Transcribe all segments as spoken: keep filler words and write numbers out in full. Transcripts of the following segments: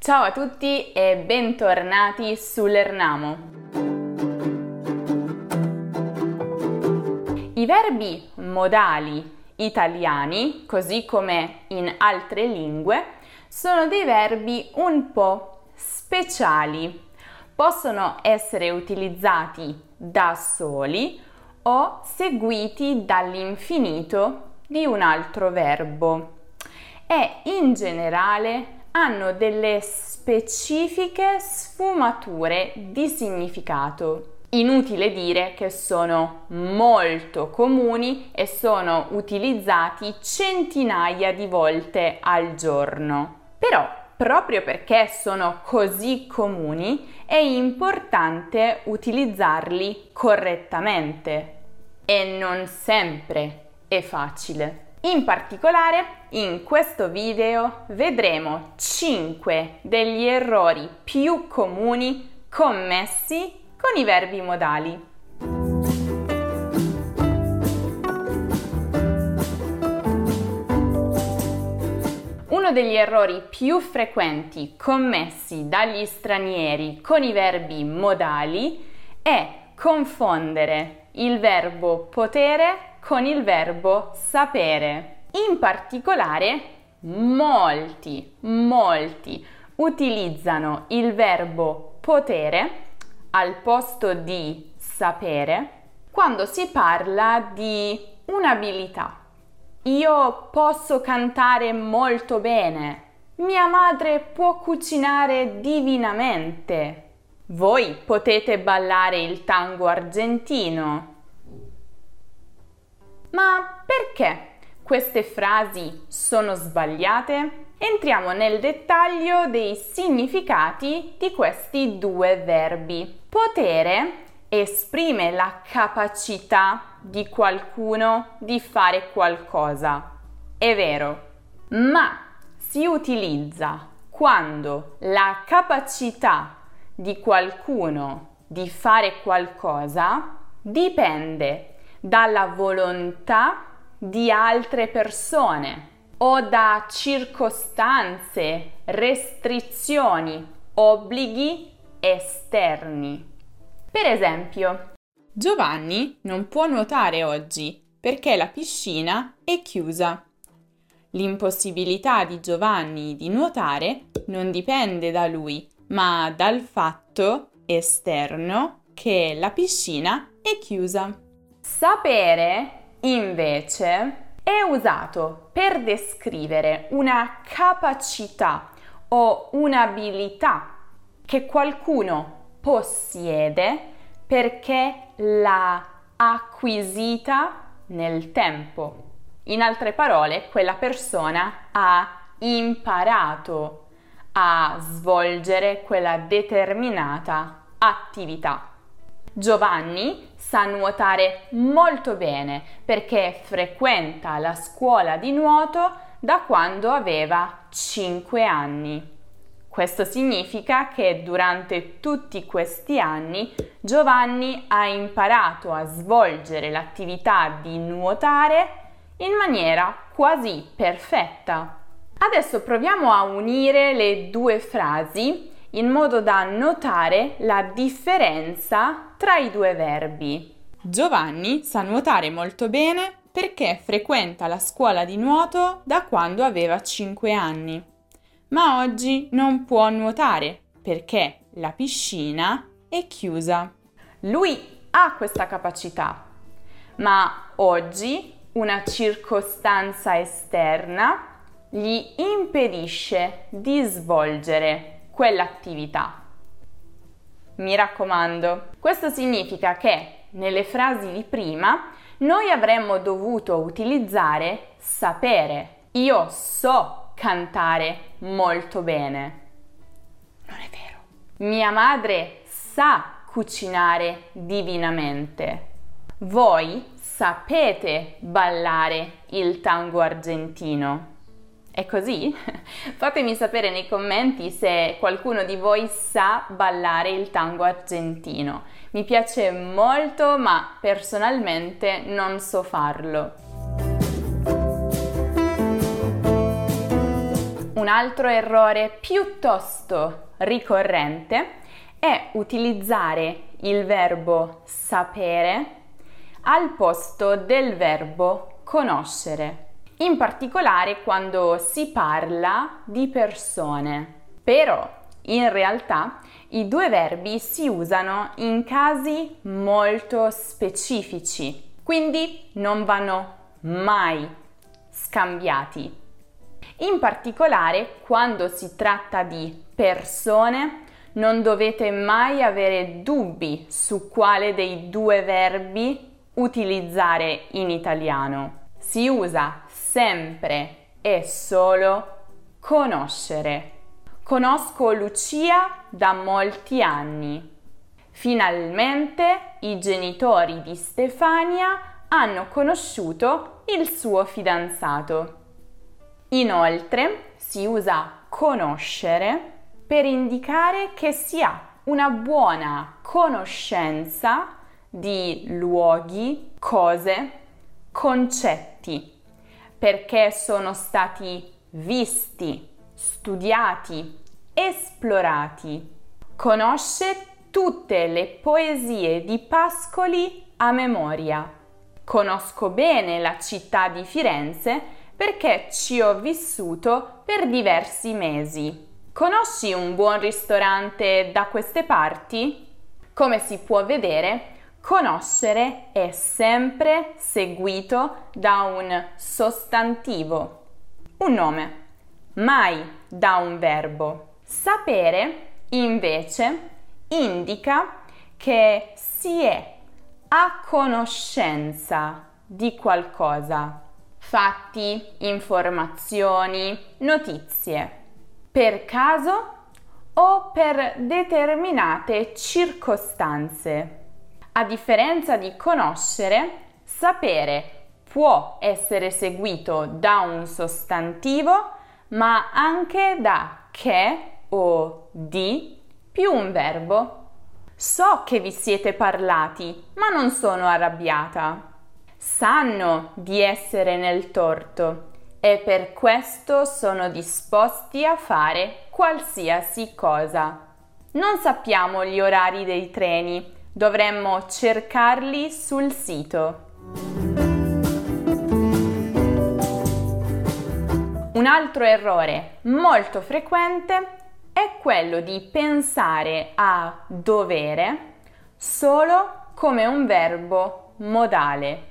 Ciao a tutti e bentornati su Lernamo. I verbi modali italiani, così come in altre lingue, sono dei verbi un po' speciali. Possono essere utilizzati da soli o seguiti dall'infinito di un altro verbo e in generale hanno delle specifiche sfumature di significato. Inutile dire che sono molto comuni e sono utilizzati centinaia di volte al giorno. Però, proprio perché sono così comuni, è importante utilizzarli correttamente e non sempre è facile. In particolare, in questo video vedremo cinque degli errori più comuni commessi con i verbi modali. Uno degli errori più frequenti commessi dagli stranieri con i verbi modali è confondere il verbo potere con il verbo sapere. In particolare, molti, molti utilizzano il verbo potere al posto di sapere quando si parla di un'abilità. Io posso cantare molto bene. Mia madre può cucinare divinamente. Voi potete ballare il tango argentino. Ma perché queste frasi sono sbagliate? Entriamo nel dettaglio dei significati di questi due verbi. Potere esprime la capacità di qualcuno di fare qualcosa. È vero, ma si utilizza quando la capacità di qualcuno di fare qualcosa dipende dalla volontà di altre persone o da circostanze, restrizioni, obblighi esterni. Per esempio, Giovanni non può nuotare oggi perché la piscina è chiusa. L'impossibilità di Giovanni di nuotare non dipende da lui, ma dal fatto esterno che la piscina è chiusa. Sapere, invece, è usato per descrivere una capacità o un'abilità che qualcuno possiede perché l'ha acquisita nel tempo. In altre parole, quella persona ha imparato a svolgere quella determinata attività. Giovanni sa nuotare molto bene perché frequenta la scuola di nuoto da quando aveva cinque anni. Questo significa che durante tutti questi anni Giovanni ha imparato a svolgere l'attività di nuotare in maniera quasi perfetta. Adesso proviamo a unire le due frasi in modo da notare la differenza tra i due verbi. Giovanni sa nuotare molto bene perché frequenta la scuola di nuoto da quando aveva cinque anni, ma oggi non può nuotare perché la piscina è chiusa. Lui ha questa capacità, ma oggi una circostanza esterna gli impedisce di svolgere quell'attività. Mi raccomando, questo significa che nelle frasi di prima noi avremmo dovuto utilizzare sapere. Io so cantare molto bene. Non è vero. Mia madre sa cucinare divinamente. Voi sapete ballare il tango argentino. È così? Fatemi sapere nei commenti se qualcuno di voi sa ballare il tango argentino. Mi piace molto, ma personalmente non so farlo. Un altro errore piuttosto ricorrente è utilizzare il verbo sapere al posto del verbo conoscere, in particolare quando si parla di persone. Però in realtà i due verbi si usano in casi molto specifici, quindi non vanno mai scambiati. In particolare, quando si tratta di persone, non dovete mai avere dubbi su quale dei due verbi utilizzare in italiano. Si usa sempre e solo conoscere. Conosco Lucia da molti anni. Finalmente i genitori di Stefania hanno conosciuto il suo fidanzato. Inoltre si usa conoscere per indicare che si ha una buona conoscenza di luoghi, cose, concetti, perché sono stati visti, studiati, esplorati. Conosce tutte le poesie di Pascoli a memoria. Conosco bene la città di Firenze perché ci ho vissuto per diversi mesi. Conosci un buon ristorante da queste parti? Come si può vedere, conoscere è sempre seguito da un sostantivo, un nome, mai da un verbo. Sapere, invece, indica che si è a conoscenza di qualcosa. Fatti, informazioni, notizie. Per caso o per determinate circostanze. A differenza di conoscere, sapere può essere seguito da un sostantivo, ma anche da che o di più un verbo. So che vi siete parlati, ma non sono arrabbiata. Sanno di essere nel torto e per questo sono disposti a fare qualsiasi cosa. Non sappiamo gli orari dei treni, dovremmo cercarli sul sito. Un altro errore molto frequente è quello di pensare a dovere solo come un verbo modale.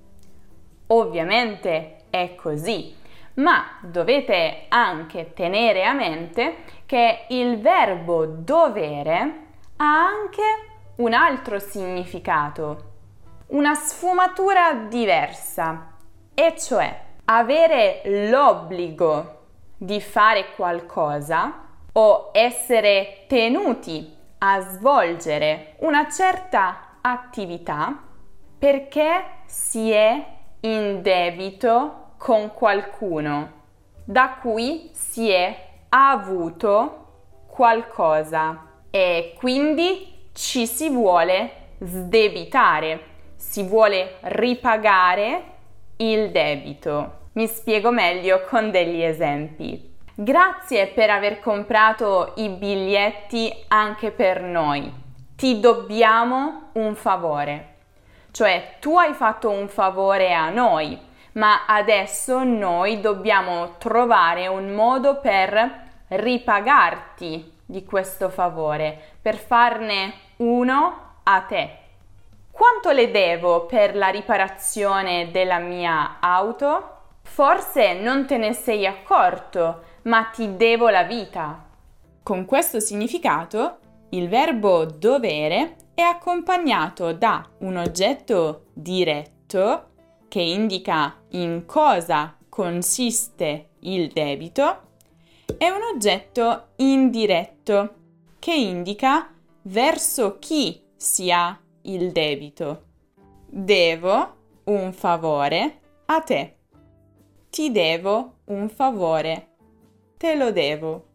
Ovviamente è così, ma dovete anche tenere a mente che il verbo dovere ha anche un altro significato, una sfumatura diversa, e cioè avere l'obbligo di fare qualcosa o essere tenuti a svolgere una certa attività perché si è in debito con qualcuno da cui si è avuto qualcosa e quindi ci si vuole sdebitare, si vuole ripagare il debito. Mi spiego meglio con degli esempi. Grazie per aver comprato i biglietti anche per noi. Ti dobbiamo un favore. Cioè, tu hai fatto un favore a noi, ma adesso noi dobbiamo trovare un modo per ripagarti di questo favore, per farne uno a te. Quanto le devo per la riparazione della mia auto? Forse non te ne sei accorto, ma ti devo la vita. Con questo significato, il verbo dovere è accompagnato da un oggetto diretto che indica in cosa consiste il debito e un oggetto indiretto che indica verso chi si ha il debito. Devo un favore a te. Ti devo un favore. Te lo devo.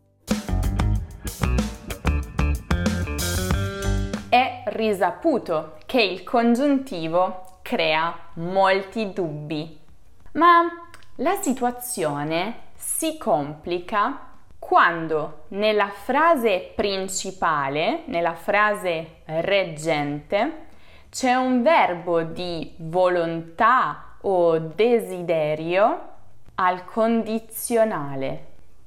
È risaputo che il congiuntivo crea molti dubbi, ma la situazione si complica quando nella frase principale, nella frase reggente, c'è un verbo di volontà o desiderio al condizionale.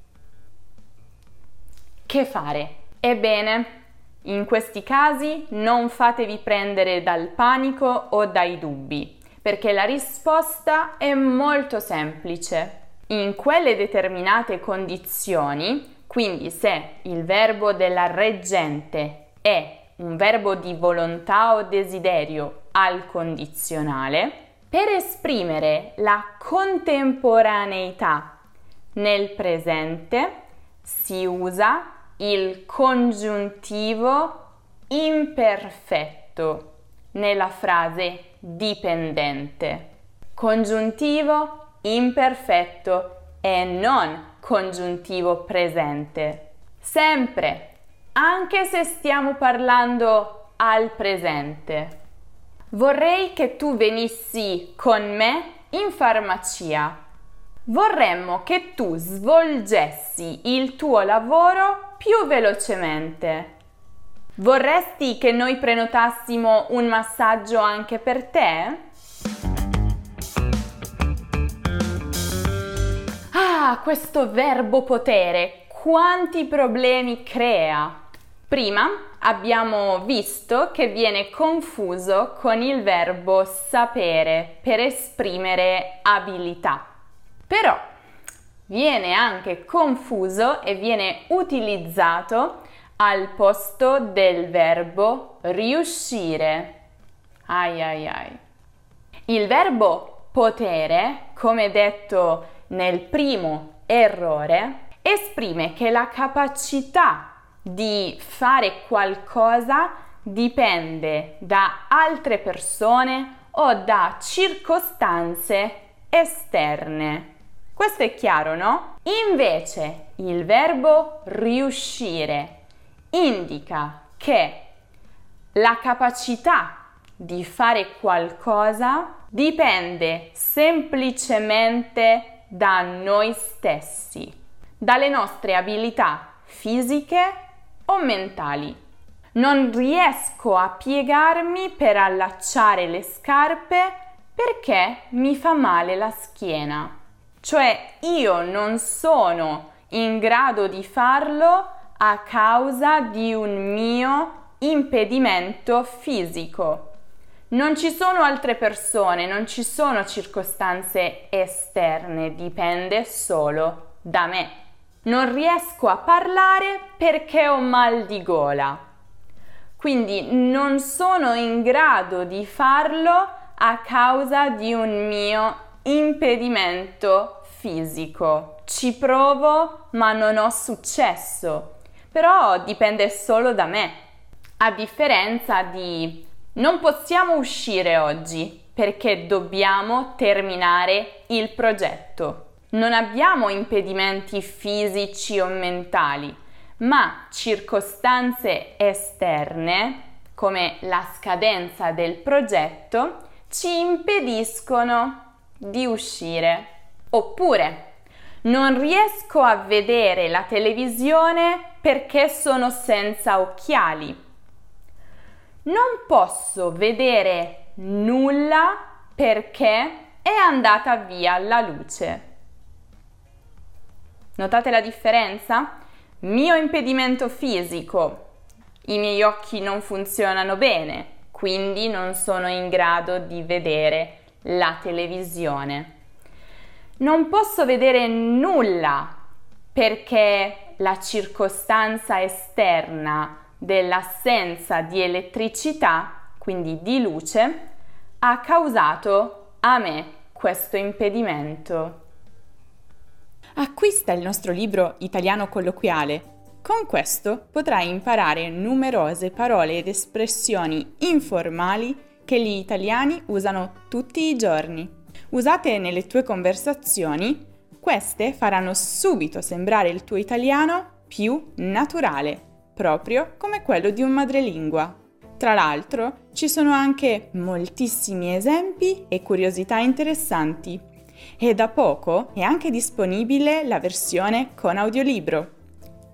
Che fare? Ebbene, in questi casi non fatevi prendere dal panico o dai dubbi, perché la risposta è molto semplice. In quelle determinate condizioni, quindi se il verbo della reggente è un verbo di volontà o desiderio al condizionale, per esprimere la contemporaneità nel presente si usa il congiuntivo imperfetto nella frase dipendente. Congiuntivo imperfetto e non congiuntivo presente. Sempre, anche se stiamo parlando al presente. Vorrei che tu venissi con me in farmacia. Vorremmo che tu svolgessi il tuo lavoro più velocemente. Vorresti che noi prenotassimo un massaggio anche per te? Ah, questo verbo potere, quanti problemi crea! Prima abbiamo visto che viene confuso con il verbo sapere per esprimere abilità. Però viene anche confuso e viene utilizzato al posto del verbo riuscire. Ai ai ai. Il verbo potere, come detto nel primo errore, esprime che la capacità di fare qualcosa dipende da altre persone o da circostanze esterne. Questo è chiaro, no? Invece il verbo riuscire indica che la capacità di fare qualcosa dipende semplicemente da noi stessi, dalle nostre abilità fisiche o mentali. Non riesco a piegarmi per allacciare le scarpe perché mi fa male la schiena. Cioè io non sono in grado di farlo a causa di un mio impedimento fisico. Non ci sono altre persone, non ci sono circostanze esterne, dipende solo da me. Non riesco a parlare perché ho mal di gola. Quindi non sono in grado di farlo a causa di un mio impedimento fisico. Ci provo, ma non ho successo. Però dipende solo da me. A differenza di non possiamo uscire oggi perché dobbiamo terminare il progetto. Non abbiamo impedimenti fisici o mentali, ma circostanze esterne, come la scadenza del progetto, ci impediscono di uscire. Oppure, non riesco a vedere la televisione perché sono senza occhiali. Non posso vedere nulla perché è andata via la luce. Notate la differenza? Mio impedimento fisico. I miei occhi non funzionano bene, quindi non sono in grado di vedere la televisione. Non posso vedere nulla perché la circostanza esterna dell'assenza di elettricità, quindi di luce, ha causato a me questo impedimento. Acquista il nostro libro Italiano colloquiale. Con questo potrai imparare numerose parole ed espressioni informali che gli italiani usano tutti i giorni. Usate nelle tue conversazioni, queste faranno subito sembrare il tuo italiano più naturale, proprio come quello di un madrelingua. Tra l'altro, ci sono anche moltissimi esempi e curiosità interessanti. E da poco è anche disponibile la versione con audiolibro.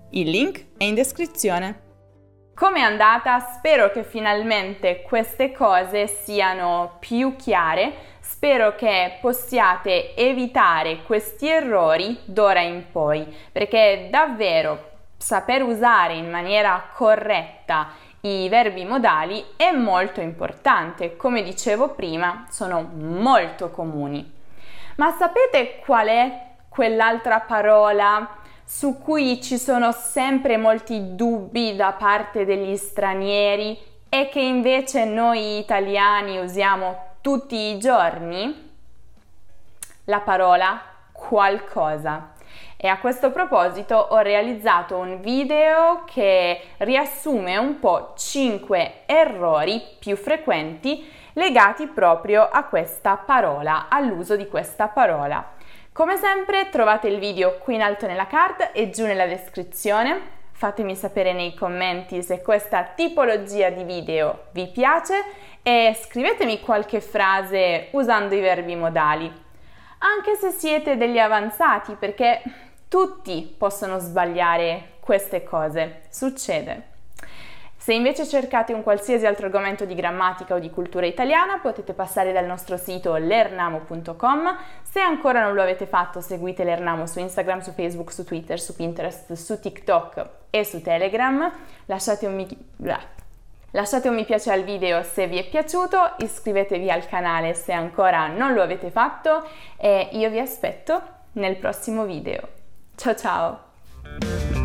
Il link è in descrizione. Come è andata? Spero che finalmente queste cose siano più chiare, spero che possiate evitare questi errori d'ora in poi, perché davvero saper usare in maniera corretta i verbi modali è molto importante, come dicevo prima, sono molto comuni. Ma sapete qual è quell'altra parola su cui ci sono sempre molti dubbi da parte degli stranieri e che invece noi italiani usiamo tutti i giorni? La parola qualcosa. E a questo proposito ho realizzato un video che riassume un po' cinque errori più frequenti legati proprio a questa parola, all'uso di questa parola. Come sempre trovate il video qui in alto nella card e giù nella descrizione. Fatemi sapere nei commenti se questa tipologia di video vi piace e scrivetemi qualche frase usando i verbi modali. Anche se siete degli avanzati, perché tutti possono sbagliare queste cose, succede. Se invece cercate un qualsiasi altro argomento di grammatica o di cultura italiana, potete passare dal nostro sito lernamo punto com. Se ancora non lo avete fatto, seguite Lernamo su Instagram, su Facebook, su Twitter, su Pinterest, su TikTok e su Telegram. Lasciate un mi... Lasciate un mi piace al video se vi è piaciuto, iscrivetevi al canale se ancora non lo avete fatto e io vi aspetto nel prossimo video. Ciao ciao!